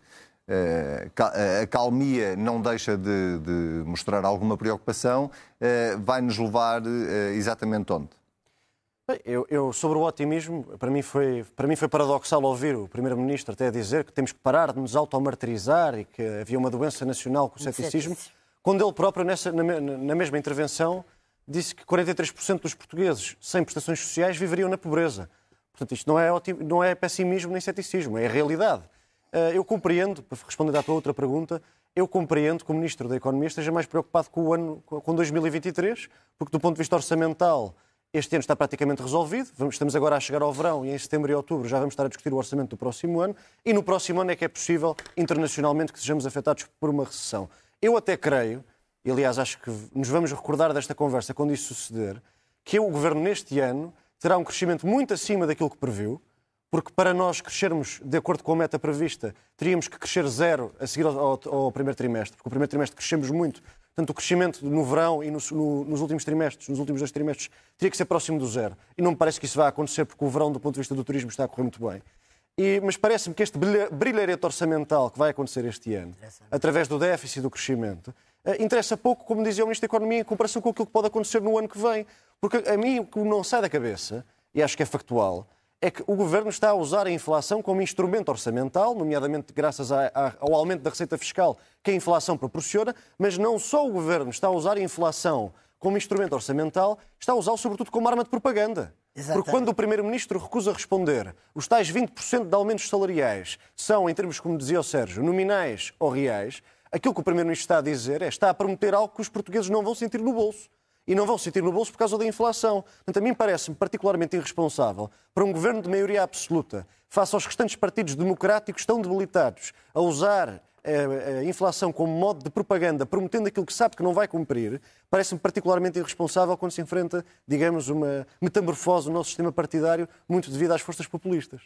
a calmia não deixa de, de mostrar alguma preocupação, vai-nos levar exatamente onde? Bem, eu, eu, sobre o otimismo, para mim, foi, para mim foi paradoxal ouvir o Primeiro-Ministro até dizer que temos que parar de nos automartirizar e que havia uma doença nacional com o ceticismo, quando ele próprio, nessa, na, na mesma intervenção, disse que quarenta e três por cento dos portugueses sem prestações sociais viveriam na pobreza. Portanto, isto não é, não é pessimismo nem ceticismo, é a realidade. Eu compreendo, para responder à tua outra pergunta, eu compreendo que o Ministro da Economia esteja mais preocupado com o ano, com dois mil e vinte e três, porque do ponto de vista orçamental este ano está praticamente resolvido. Estamos agora a chegar ao verão e em setembro e outubro já vamos estar a discutir o orçamento do próximo ano e no próximo ano é que é possível, internacionalmente, que sejamos afetados por uma recessão. Eu até creio, e aliás acho que nos vamos recordar desta conversa quando isso suceder, que o Governo neste ano terá um crescimento muito acima daquilo que previu, porque para nós crescermos de acordo com a meta prevista, teríamos que crescer zero a seguir ao, ao primeiro trimestre, porque o primeiro trimestre crescemos muito. Portanto, o crescimento no verão e no, no, nos últimos trimestres, nos últimos dois trimestres, teria que ser próximo do zero. E não me parece que isso vá acontecer, porque o verão, do ponto de vista do turismo, está a correr muito bem. E, mas parece-me que este brilharete orçamental que vai acontecer este ano, através do déficit e do crescimento, interessa pouco, como dizia o Ministro da Economia, em comparação com aquilo que pode acontecer no ano que vem. Porque a mim o que não sai da cabeça, e acho que é factual, é que o Governo está a usar a inflação como instrumento orçamental, nomeadamente graças a, a, ao aumento da receita fiscal que a inflação proporciona, mas não só o Governo está a usar a inflação como instrumento orçamental, está a usá-lo sobretudo como arma de propaganda. Exatamente. Porque quando o Primeiro-Ministro recusa responder, os tais vinte por cento de aumentos salariais são, em termos, como dizia o Sérgio, nominais ou reais, aquilo que o Primeiro-Ministro está a dizer é está a prometer algo que os portugueses não vão sentir no bolso. E não vão sentir no bolso por causa da inflação. Portanto, a mim parece-me particularmente irresponsável para um governo de maioria absoluta, face aos restantes partidos democráticos tão debilitados, a usar a, a inflação como modo de propaganda, prometendo aquilo que sabe que não vai cumprir, parece-me particularmente irresponsável quando se enfrenta, digamos, uma metamorfose no nosso sistema partidário, muito devido às forças populistas.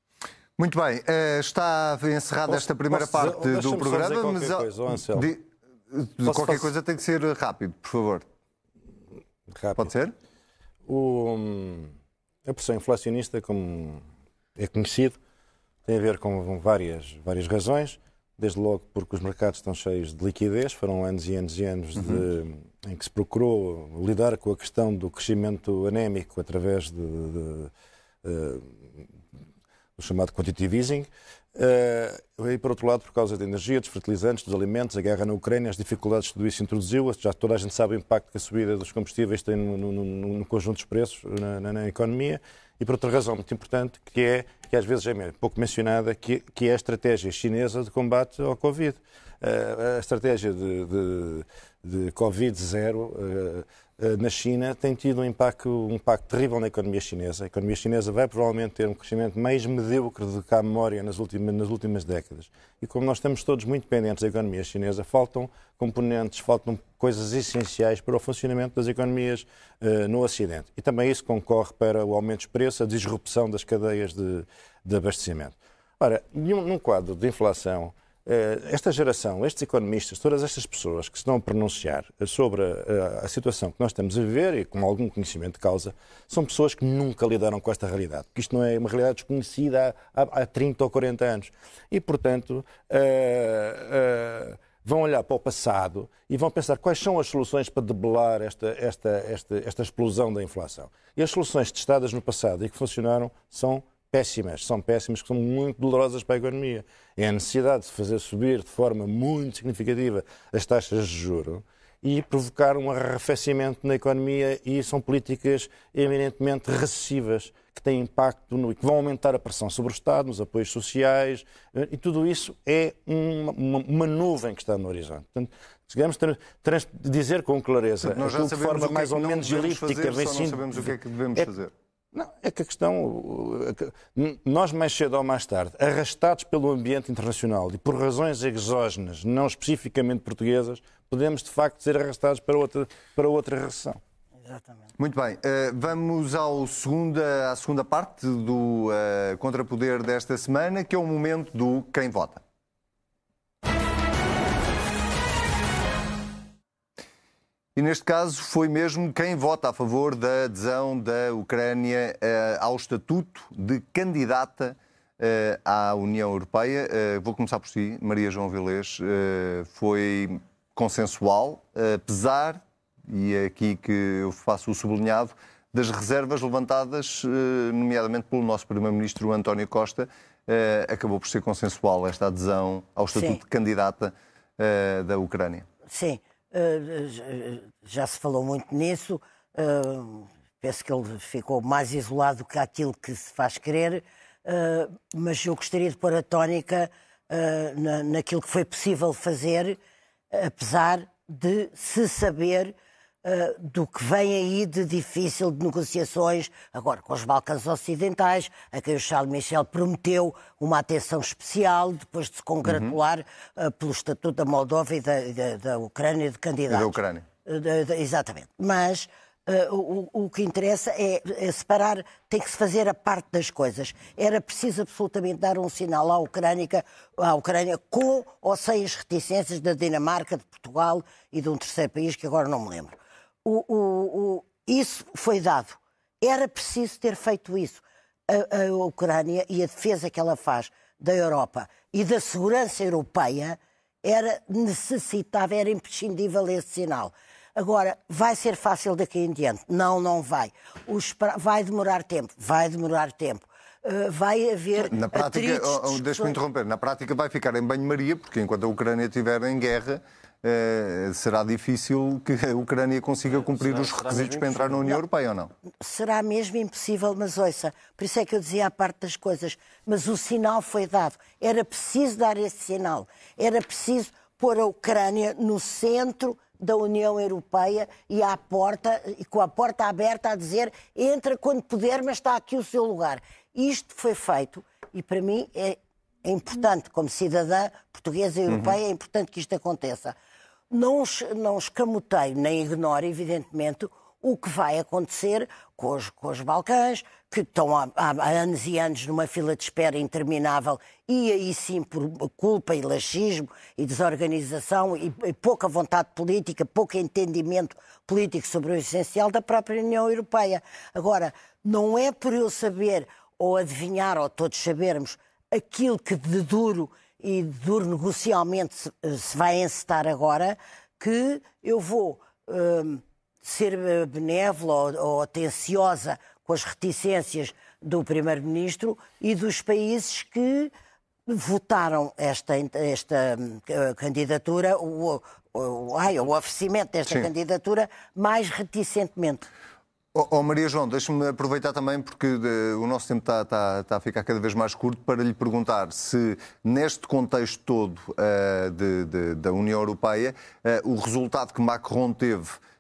Muito bem, está encerrada esta primeira posso, parte do programa, mas coisa, Anselmo. de, de qualquer fazer... coisa tem que ser rápido, por favor. Rápido. Pode ser? O, a pressão inflacionista, como é conhecido, tem a ver com várias, várias razões. Desde logo porque os mercados estão cheios de liquidez. Foram anos e anos e anos uhum. de, em que se procurou lidar com a questão do crescimento anémico através de, de, de, do chamado quantitative easing. Uh, e, por outro lado, por causa da energia, dos fertilizantes, dos alimentos, a guerra na Ucrânia, as dificuldades que tudo isso introduziu, já toda a gente sabe o impacto que a subida dos combustíveis tem no, no, no conjunto dos preços na, na, na economia, e por outra razão muito importante, que é, que às vezes é pouco mencionada, que, que é a estratégia chinesa de combate ao Covid. Uh, a estratégia de, de, de Covid zero uh, na China tem tido um impacto, um impacto terrível na economia chinesa. A economia chinesa vai provavelmente ter um crescimento mais medíocre do que há memória nas últimas, nas últimas décadas. E como nós estamos todos muito dependentes da economia chinesa, faltam componentes, faltam coisas essenciais para o funcionamento das economias uh, no Ocidente. E também isso concorre para o aumento dos preços, a disrupção das cadeias de, de abastecimento. Ora, num, num quadro de inflação, esta geração, estes economistas, todas estas pessoas que se estão a pronunciar sobre a, a situação que nós estamos a viver e com algum conhecimento de causa, são pessoas que nunca lidaram com esta realidade, porque isto não é uma realidade desconhecida há, há trinta ou quarenta anos. E, portanto, uh, uh, vão olhar para o passado e vão pensar quais são as soluções para debelar esta, esta, esta, esta explosão da inflação. E as soluções testadas no passado e que funcionaram são péssimas, são péssimas, que são muito dolorosas para a economia. É a necessidade de fazer subir de forma muito significativa as taxas de juros e provocar um arrefecimento na economia, e são políticas eminentemente recessivas que têm impacto no, que vão aumentar a pressão sobre o Estado, nos apoios sociais, e tudo isso é uma, uma, uma nuvem que está no horizonte. Portanto, chegamos a dizer com clareza, nós já de forma que mais é ou menos elíptica, vem sim. Não sabemos o que é que devemos é, fazer. Não, é que a questão, nós mais cedo ou mais tarde, arrastados pelo ambiente internacional e por razões exógenas, não especificamente portuguesas, podemos de facto ser arrastados para outra, para outra recessão. Exatamente. Muito bem, uh, vamos ao segunda, à segunda parte do uh, Contrapoder desta semana, que é o momento do Quem Vota. E neste caso foi mesmo quem vota a favor da adesão da Ucrânia uh, ao estatuto de candidata uh, à União Europeia. Uh, vou começar por si, Maria João Vilés. Uh, foi consensual, uh, apesar, e é aqui que eu faço o sublinhado, das reservas levantadas, uh, nomeadamente pelo nosso Primeiro-Ministro António Costa. Uh, acabou por ser consensual esta adesão ao estatuto Sim. de candidata uh, da Ucrânia. Sim. Uh, já se falou muito nisso, uh, penso que ele ficou mais isolado que aquilo que se faz querer, uh, mas eu gostaria de pôr a tónica uh, na, naquilo que foi possível fazer, apesar de se saber uh, do que vem aí de difícil de negociações, agora com os Balcãs Ocidentais, a quem o Charles Michel prometeu uma atenção especial, depois de se congratular uhum. uh, pelo Estatuto da Moldova e da, da, da Ucrânia de candidatos. E da Ucrânia. Uh, da, da, exatamente. Mas uh, o, o que interessa é, é separar, tem que se fazer a parte das coisas. Era preciso absolutamente dar um sinal à Ucrânia, à Ucrânia com ou sem as reticências da Dinamarca, de Portugal e de um terceiro país que agora não me lembro. O, o, o, isso foi dado. Era preciso ter feito isso. A, a Ucrânia e a defesa que ela faz da Europa e da segurança europeia era necessitável, era imprescindível esse sinal. Agora, vai ser fácil daqui em diante? Não, não vai. Os, vai demorar tempo, vai demorar tempo. Uh, vai haver... Na prática, oh, deixa-me interromper, na prática vai ficar em banho-maria, porque enquanto a Ucrânia estiver em guerra, Uh, será difícil que a Ucrânia consiga cumprir será, os requisitos para entrar na União não, Europeia, ou não? Será mesmo impossível, mas ouça, por isso é que eu dizia a parte das coisas, mas o sinal foi dado. Era preciso dar esse sinal. Era preciso pôr a Ucrânia no centro da União Europeia e à porta, e com a porta aberta a dizer entra quando puder, mas está aqui o seu lugar. Isto foi feito e para mim é, é importante, como cidadã portuguesa e europeia, uhum. é importante que isto aconteça. Não, não escamoteio nem ignoro, evidentemente, o que vai acontecer com os, com os Balcãs, que estão há, há anos e anos numa fila de espera interminável e aí sim por culpa e laxismo e desorganização e, e pouca vontade política, pouco entendimento político sobre o essencial da própria União Europeia. Agora, não é por eu saber ou adivinhar ou todos sabermos aquilo que de duro e duro negocialmente se, se vai encetar agora, que eu vou uh, ser benévola ou, ou atenciosa com as reticências do Primeiro-Ministro e dos países que votaram esta, esta uh, candidatura, o, o, ai, o oferecimento desta Sim. candidatura mais reticentemente. Oh, oh, Maria João, deixa-me aproveitar também, porque de, o nosso tempo está, está, está a ficar cada vez mais curto, para lhe perguntar se, neste contexto todo uh, de, de, da União Europeia, uh, o resultado que Macron teve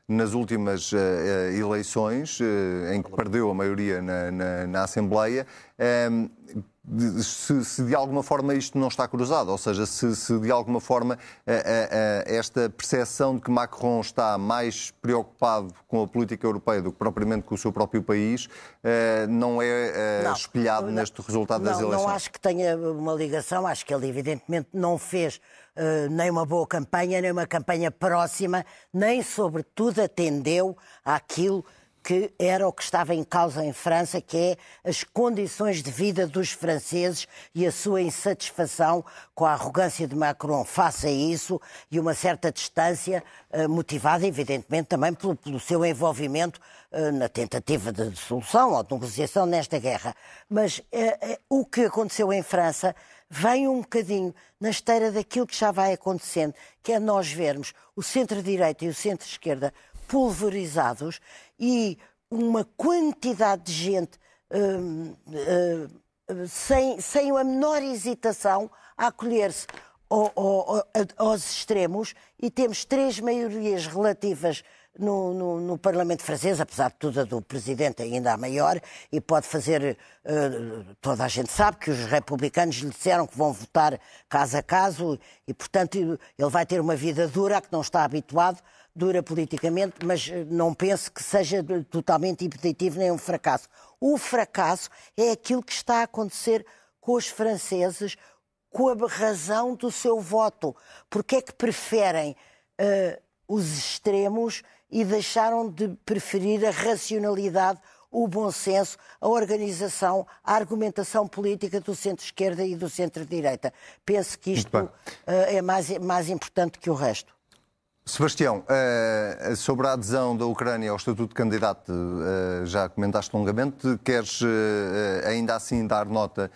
nas últimas uh, eleições, uh, em que perdeu a maioria na, na, na Assembleia, um, de, se, se de alguma forma isto não está cruzado, ou seja, se, se de alguma forma uh, uh, uh, esta percepção de que Macron está mais preocupado com a política europeia do que propriamente com o seu próprio país, uh, não é uh, não, espelhado não, neste resultado não, das eleições? Não acho que tenha uma ligação, acho que ele evidentemente não fez Uh, nem uma boa campanha, nem uma campanha próxima, nem, sobretudo, atendeu àquilo que era o que estava em causa em França, que é as condições de vida dos franceses e a sua insatisfação com a arrogância de Macron face a isso e uma certa distância, uh, motivada, evidentemente, também pelo, pelo seu envolvimento uh, na tentativa de solução ou de negociação nesta guerra. Mas uh, uh, o que aconteceu em França vem um bocadinho na esteira daquilo que já vai acontecendo, que é nós vermos o centro-direita e o centro-esquerda pulverizados e uma quantidade de gente hum, hum, sem, sem a menor hesitação a acolher-se ao, ao, aos extremos, e temos três maiorias relativas No, no, no Parlamento francês, apesar de tudo a do Presidente ainda a maior, e pode fazer, uh, toda a gente sabe que os republicanos lhe disseram que vão votar caso a caso, e portanto ele vai ter uma vida dura, a que não está habituado, dura politicamente, mas não penso que seja totalmente impeditivo nem um fracasso. O fracasso é aquilo que está a acontecer com os franceses, com a razão do seu voto. Porque é que preferem uh, os extremos e deixaram de preferir a racionalidade, o bom senso, a organização, a argumentação política do centro-esquerda e do centro-direita. Penso que isto uh, é mais, mais importante que o resto. Sebastião, uh, sobre a adesão da Ucrânia ao estatuto de candidato, uh, já comentaste longamente. Queres uh, ainda assim dar nota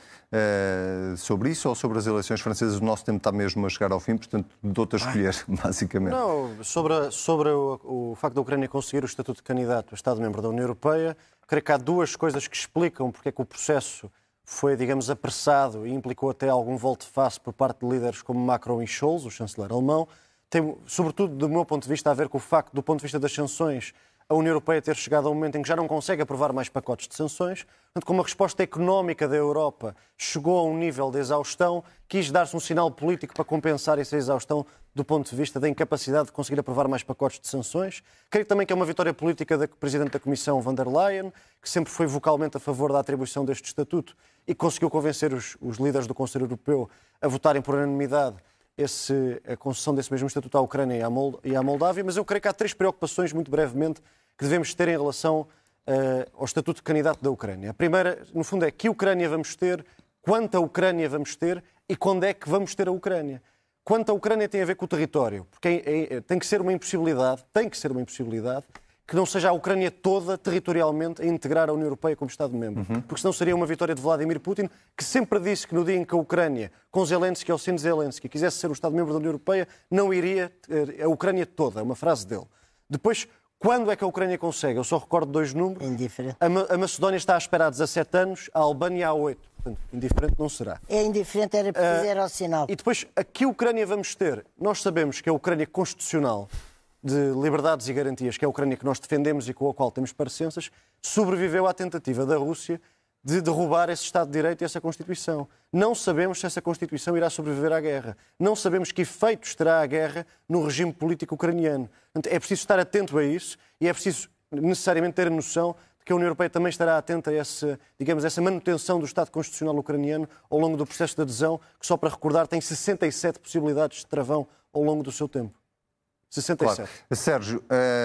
uh, sobre isso ou sobre as eleições francesas? O nosso tempo está mesmo a chegar ao fim, portanto dou-te a escolher, Ai. basicamente. Não, sobre, a, sobre o, o facto da Ucrânia conseguir o estatuto de candidato a Estado-membro da União Europeia, creio que há duas coisas que explicam porque é que o processo foi, digamos, apressado e implicou até algum volte-face por parte de líderes como Macron e Scholz, o chanceler alemão. Tem, sobretudo, do meu ponto de vista, a ver com o facto, do ponto de vista das sanções, a União Europeia ter chegado a um momento em que já não consegue aprovar mais pacotes de sanções. Portanto, como a resposta económica da Europa chegou a um nível de exaustão, quis dar-se um sinal político para compensar essa exaustão do ponto de vista da incapacidade de conseguir aprovar mais pacotes de sanções. Creio também que é uma vitória política da Presidente da Comissão, von der Leyen, que sempre foi vocalmente a favor da atribuição deste estatuto e conseguiu convencer os, os líderes do Conselho Europeu a votarem por unanimidade Esse, a concessão desse mesmo estatuto à Ucrânia e à, Mold- e à Moldávia, mas eu creio que há três preocupações, muito brevemente, que devemos ter em relação uh, ao estatuto de candidato da Ucrânia. A primeira, no fundo, é que Ucrânia vamos ter, quanta Ucrânia vamos ter e quando é que vamos ter a Ucrânia. Quanto a Ucrânia tem a ver com o território, porque é, é, tem que ser uma impossibilidade, tem que ser uma impossibilidade, que não seja a Ucrânia toda, territorialmente, a integrar a União Europeia como Estado-membro. Uhum. Porque senão seria uma vitória de Vladimir Putin, que sempre disse que no dia em que a Ucrânia, com Zelensky ou sem Zelensky, quisesse ser o Estado-membro da União Europeia, não iria a Ucrânia toda. É uma frase dele. Depois, quando é que a Ucrânia consegue? Eu só recordo dois números. Indiferente. A, Ma- a Macedónia está a esperar dezassete anos, a Albânia há oito. Portanto, indiferente não será. É indiferente, era preciso, Uh, era o sinal. E depois, a que Ucrânia vamos ter? Nós sabemos que a Ucrânia constitucional, de liberdades e garantias, que é a Ucrânia que nós defendemos e com a qual temos parecenças, sobreviveu à tentativa da Rússia de derrubar esse Estado de Direito e essa Constituição. Não sabemos se essa Constituição irá sobreviver à guerra. Não sabemos que efeitos terá a guerra no regime político ucraniano. Portanto, é preciso estar atento a isso e é preciso necessariamente ter a noção de que a União Europeia também estará atenta a essa, digamos, essa manutenção do Estado Constitucional ucraniano ao longo do processo de adesão, que, só para recordar, tem sessenta e sete possibilidades de travão ao longo do seu tempo. sessenta e sete. Claro. Sérgio,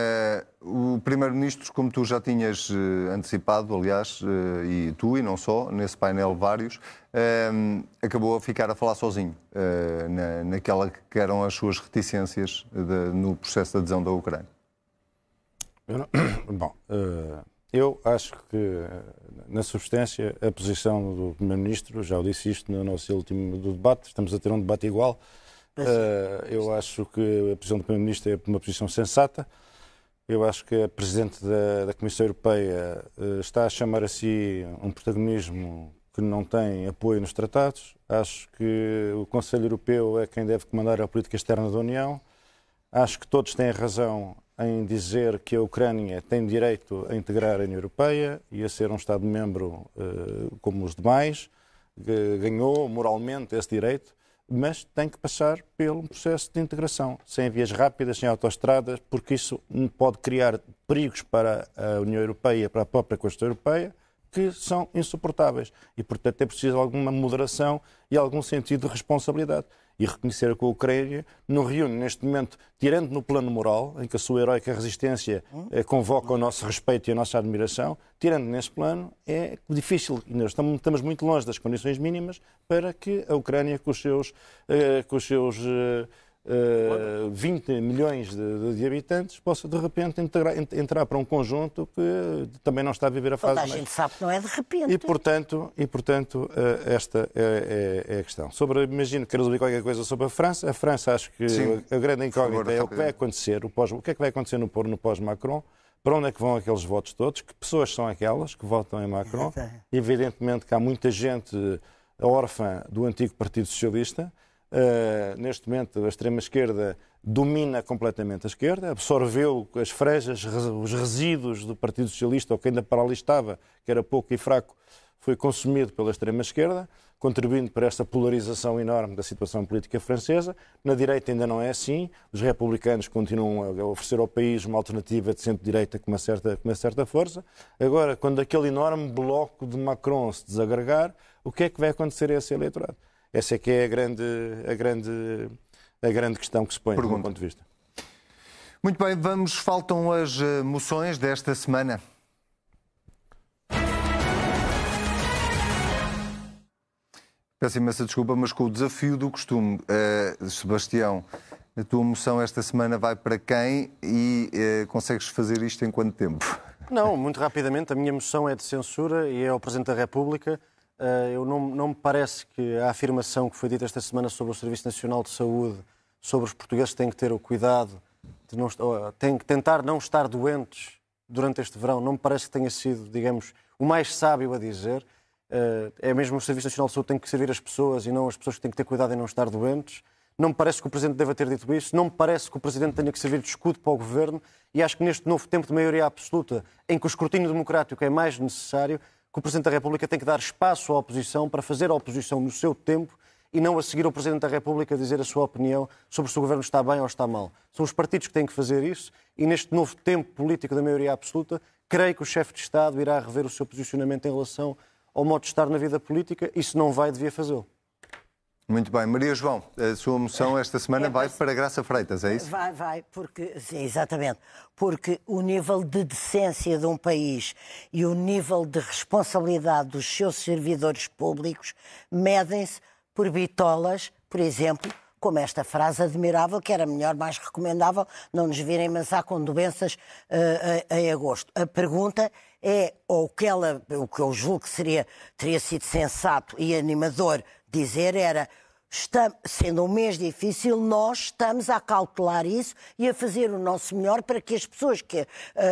uh, o Primeiro-Ministro, como tu já tinhas uh, antecipado, aliás, uh, e tu e não só, nesse painel vários, uh, acabou a ficar a falar sozinho uh, na, naquela que eram as suas reticências de, no processo de adesão da Ucrânia. Eu não... Bom, uh, eu acho que, na substância, a posição do Primeiro-Ministro, já o disse isto no nosso último debate, estamos a ter um debate igual. Uh, eu acho que a posição do Primeiro-Ministro é uma posição sensata. Eu acho que a Presidente da, da Comissão Europeia uh, está a chamar a si um protagonismo que não tem apoio nos tratados. Acho que o Conselho Europeu é quem deve comandar a política externa da União. Acho que todos têm razão em dizer que a Ucrânia tem direito a integrar a União Europeia e a ser um Estado-membro uh, como os demais, ganhou moralmente esse direito, mas tem que passar pelo processo de integração, sem vias rápidas, sem autoestradas, porque isso pode criar perigos para a União Europeia, para a própria Constituição Europeia, que são insuportáveis. E, portanto, é preciso alguma moderação e algum sentido de responsabilidade. E reconhecer que a Ucrânia não reúne, neste momento, tirando no plano moral, em que a sua heroica resistência eh, convoca o nosso respeito e a nossa admiração, tirando nesse plano, é difícil. E nós estamos, estamos muito longe das condições mínimas para que a Ucrânia, com os seus, eh, com os seus eh, Uh, vinte milhões de, de habitantes, possa de repente integrar, entrar para um conjunto que também não está a viver a fase mais... mais... a gente sabe que não é de repente. E, portanto, e, portanto uh, esta é, é, é a questão. Sobre, imagino que queres ouvir qualquer coisa sobre a França. A França, acho que Sim, a grande incógnita é o que vai acontecer, o, pós, o que é que vai acontecer no, no pós-Macron, para onde é que vão aqueles votos todos, que pessoas são aquelas que votam em Macron. Evidentemente que há muita gente órfã do antigo Partido Socialista. Uh, neste momento a extrema-esquerda domina completamente a esquerda, absorveu as frejas, os resíduos do Partido Socialista, ou que ainda para ali estava, que era pouco e fraco, foi consumido pela extrema-esquerda, contribuindo para esta polarização enorme da situação política francesa. Na direita ainda não é assim, os republicanos continuam a oferecer ao país uma alternativa de centro-direita com uma certa, com uma certa força. Agora, quando aquele enorme bloco de Macron se desagregar, o que é que vai acontecer a esse eleitorado? Essa é que é a grande, a grande, a grande questão que se põe, Pergunta. do meu ponto de vista. Muito bem, vamos, faltam as moções desta semana. Peço imensa desculpa, mas com o desafio do costume. Uh, Sebastião, a tua moção esta semana vai para quem e uh, consegues fazer isto em quanto tempo? Não, muito rapidamente. A minha moção é de censura e é ao Presidente da República. Eu não, não me parece que a afirmação que foi dita esta semana sobre o Serviço Nacional de Saúde, sobre os portugueses que têm que ter o cuidado, de não, têm que tentar não estar doentes durante este verão, não me parece que tenha sido, digamos, o mais sábio a dizer. É mesmo o Serviço Nacional de Saúde que tem que servir as pessoas e não as pessoas que têm que ter cuidado em não estar doentes. Não me parece que o Presidente deva ter dito isso, não me parece que o Presidente tenha que servir de escudo para o Governo e acho que neste novo tempo de maioria absoluta, em que o escrutínio democrático é mais necessário, que o Presidente da República tem que dar espaço à oposição para fazer a oposição no seu tempo e não a seguir ao Presidente da República a dizer a sua opinião sobre se o Governo está bem ou está mal. São os partidos que têm que fazer isso e neste novo tempo político da maioria absoluta, creio que o chefe de Estado irá rever o seu posicionamento em relação ao modo de estar na vida política e se não vai, devia fazê-lo. Muito bem. Maria João, a sua moção esta semana é, vai para Graça Freitas, é isso? Vai, vai, porque, sim, exatamente, porque o nível de decência de um país e o nível de responsabilidade dos seus servidores públicos medem-se por bitolas, por exemplo, como esta frase admirável, que era melhor, mais recomendável, não nos virem amassar com doenças uh, em agosto. A pergunta é, ou o que, ela, o que eu julgo que seria, teria sido sensato e animador dizer era, está, sendo um mês difícil, nós estamos a cautelar isso e a fazer o nosso melhor para que as pessoas que uh,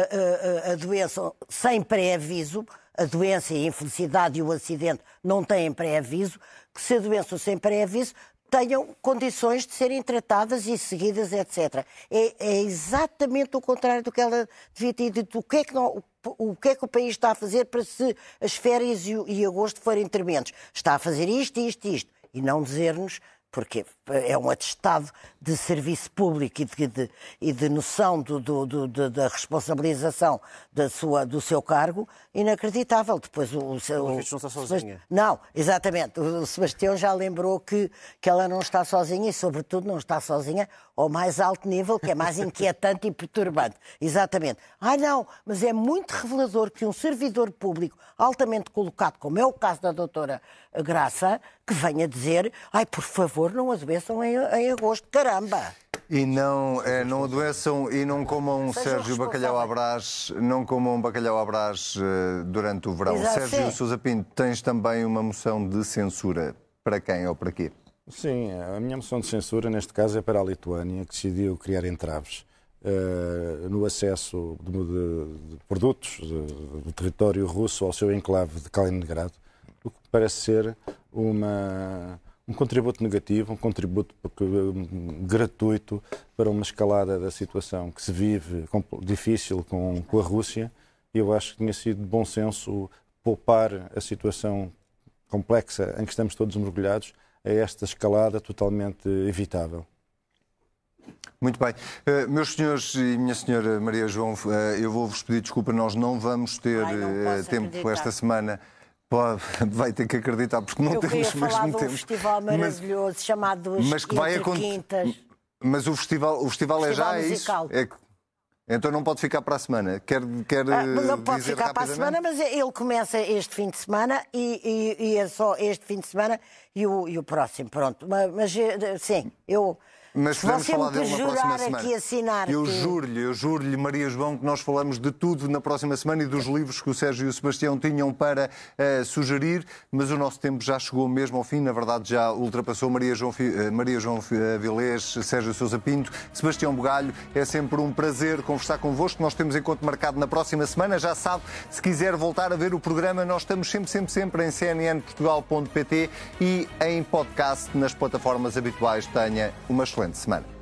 uh, adoeçam sem pré-aviso, a doença e a infelicidade e o acidente não têm pré-aviso, que se adoeçam sem pré-aviso, tenham condições de serem tratadas e seguidas, etcétera. É, é exatamente o contrário do que ela devia ter dito. O que é que, não, o, o, que, é que o país está a fazer para se as férias e, e agosto forem tremendos? Está a fazer isto, isto, isto. E não dizer-nos, porque é um atestado de serviço público e de, de, e de noção do, do, do, do, da responsabilização da sua, do seu cargo, inacreditável. Depois o, o, seu, o não está sozinha. Não, exatamente. O Sebastião já lembrou que, que ela não está sozinha e, sobretudo, não está sozinha ao mais alto nível, que é mais inquietante e perturbante. Exatamente. Ah, não, mas é muito revelador que um servidor público altamente colocado, como é o caso da doutora Graça, que venha dizer, ai, por favor, não adoeçam em, em agosto. Caramba! E não, é, não adoeçam e não comam Seja Sérgio Bacalhau à Brás, não comam bacalhau à Brás uh, durante o verão. Exato, Sérgio sim. Sousa Pinto, tens também uma moção de censura. Para quem ou para quê? Sim, a minha moção de censura, neste caso, é para a Lituânia, que decidiu criar entraves uh, no acesso de, de, de produtos de, do território russo ao seu enclave de Kaliningrado, o que parece ser uma, um contributo negativo, um contributo gratuito para uma escalada da situação que se vive difícil com, com a Rússia. E eu acho que tinha sido de bom senso poupar a situação complexa em que estamos todos mergulhados a esta escalada totalmente evitável. Muito bem. Uh, meus senhores e minha senhora Maria João, uh, eu vou-vos pedir desculpa, nós não vamos ter Ai, não uh, tempo acreditar. esta semana. Pode, vai ter que acreditar, porque não eu temos mesmo tempo. Eu queria falar de um festival maravilhoso mas, chamado mas que vai Quintas. Mas o festival, o festival, festival é já musical. é isso? É... Então não pode ficar para a semana? Quer, quer ah, não pode dizer ficar para a semana, mas ele começa este fim de semana e, e, e é só este fim de semana e o, e o próximo, pronto. Mas, mas sim, eu... Mas podemos você falar me dele na próxima semana. Aqui assinar eu que... juro-lhe, eu juro-lhe, Maria João, que nós falamos de tudo na próxima semana e dos livros que o Sérgio e o Sebastião tinham para uh, sugerir, mas o nosso tempo já chegou mesmo ao fim, na verdade já ultrapassou. Maria João, uh, Maria João Vilés, Sérgio Sousa Pinto, Sebastião Bugalho, é sempre um prazer conversar convosco. Nós temos encontro marcado na próxima semana, já sabe, se quiser voltar a ver o programa, nós estamos sempre, sempre, sempre em c n n portugal ponto p t e em podcast nas plataformas habituais. Tenha uma excelente semana.